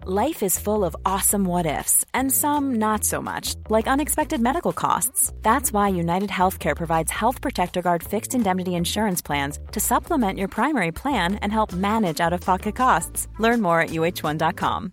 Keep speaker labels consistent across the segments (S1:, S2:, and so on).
S1: Life is full of awesome what-ifs, and some not so much, like unexpected medical costs. That's why United Healthcare provides Health Protector Guard fixed indemnity insurance plans to supplement your primary plan and help manage out-of-pocket costs. Learn more at uh1.com.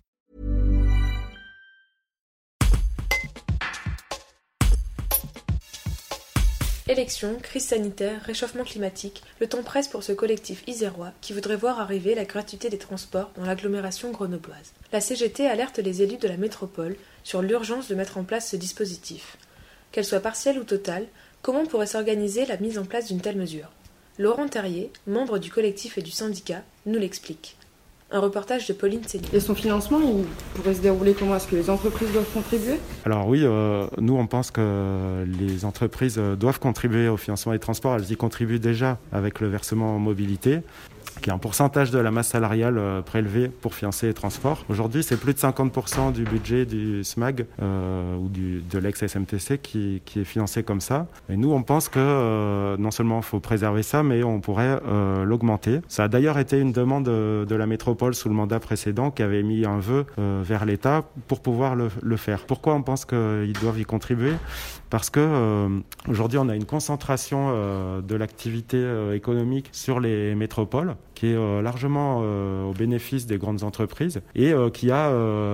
S2: Élections, crise sanitaire, réchauffement climatique, le temps presse pour ce collectif isérois qui voudrait voir arriver la gratuité des transports dans l'agglomération grenobloise. La CGT alerte les élus de la métropole sur l'urgence de mettre en place ce dispositif. Qu'elle soit partielle ou totale, comment pourrait s'organiser la mise en place d'une telle mesure ? Laurent Terrier, membre du collectif et du syndicat, nous l'explique. Un reportage de Pauline Sénier.
S3: Et son financement, il pourrait se dérouler comment ? Est-ce que les entreprises doivent contribuer ?
S4: Alors oui, nous on pense que les entreprises doivent contribuer au financement des transports. Elles y contribuent déjà avec le versement mobilité, qui est un pourcentage de la masse salariale prélevée pour financer les transports. Aujourd'hui, c'est plus de 50% du budget du SMAG ou de l'ex-SMTC qui est financé comme ça. Et nous, on pense que non seulement il faut préserver ça, mais on pourrait l'augmenter. Ça a d'ailleurs été une demande de la métropole sous le mandat précédent qui avait mis un vœu vers l'État pour pouvoir le faire. Pourquoi on pense qu'ils doivent y contribuer ? Parce que aujourd'hui, on a une concentration de l'activité économique sur les métropoles qui est largement au bénéfice des grandes entreprises et qui a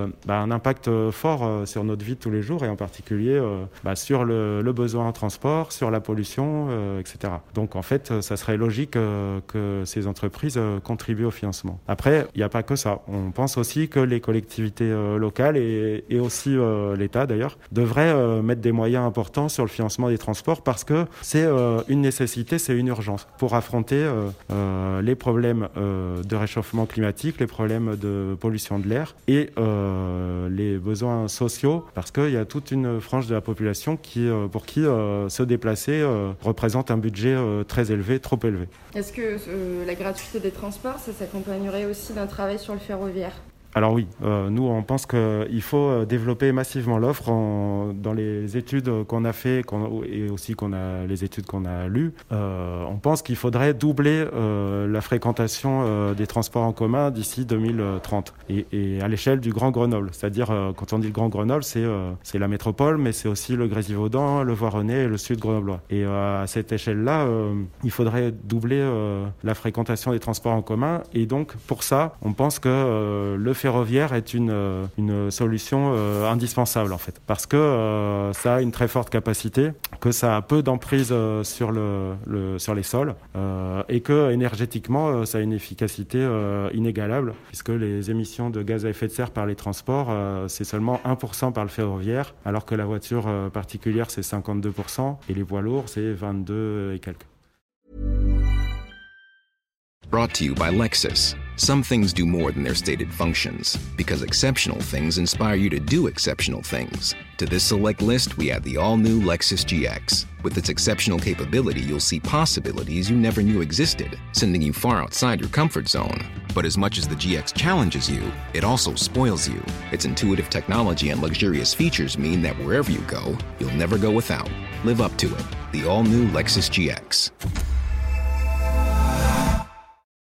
S4: un impact fort sur notre vie de tous les jours et en particulier sur le besoin en transport, sur la pollution, etc. Donc en fait, ça serait logique que ces entreprises contribuent au financement. Après, il n'y a pas que ça. On pense aussi que les collectivités locales et aussi l'État d'ailleurs devraient mettre des moyens importants sur le financement des transports parce que c'est une nécessité, c'est une urgence pour affronter les problèmes de réchauffement climatique, les problèmes de pollution de l'air et les besoins sociaux parce qu'il y a toute une frange de la population pour qui se déplacer représente un budget très élevé, trop élevé.
S3: Est-ce que la gratuité des transports, ça s'accompagnerait aussi d'un travail sur le ferroviaire ?
S4: Alors oui, nous on pense qu'il faut développer massivement l'offre dans les études qu'on a fait et aussi les études qu'on a lues. On pense qu'il faudrait doubler la fréquentation des transports en commun d'ici 2030 et à l'échelle du Grand Grenoble. C'est-à-dire quand on dit le Grand Grenoble, c'est la métropole, mais c'est aussi le Grésivaudan, le Voironnais et le sud grenoblois. Et à cette échelle-là, il faudrait doubler la fréquentation des transports en commun. Et donc pour ça, on pense que le ferroviaire est une solution indispensable en fait, parce que ça a une très forte capacité, que ça a peu d'emprise sur les sols et que énergétiquement ça a une efficacité inégalable, puisque les émissions de gaz à effet de serre par les transports c'est seulement 1% par le ferroviaire, alors que la voiture particulière c'est 52% et les poids lourds c'est 22 et quelques.
S5: Brought to you by Lexus. Some things do more than their stated functions, because exceptional things inspire you to do exceptional things. To this select list, we add the all-new Lexus GX. With its exceptional capability, you'll see possibilities you never knew existed, sending you far outside your comfort zone. But as much as the GX challenges you, it also spoils you. Its intuitive technology and luxurious features mean that wherever you go, you'll never go without. Live up to it. The all-new Lexus GX.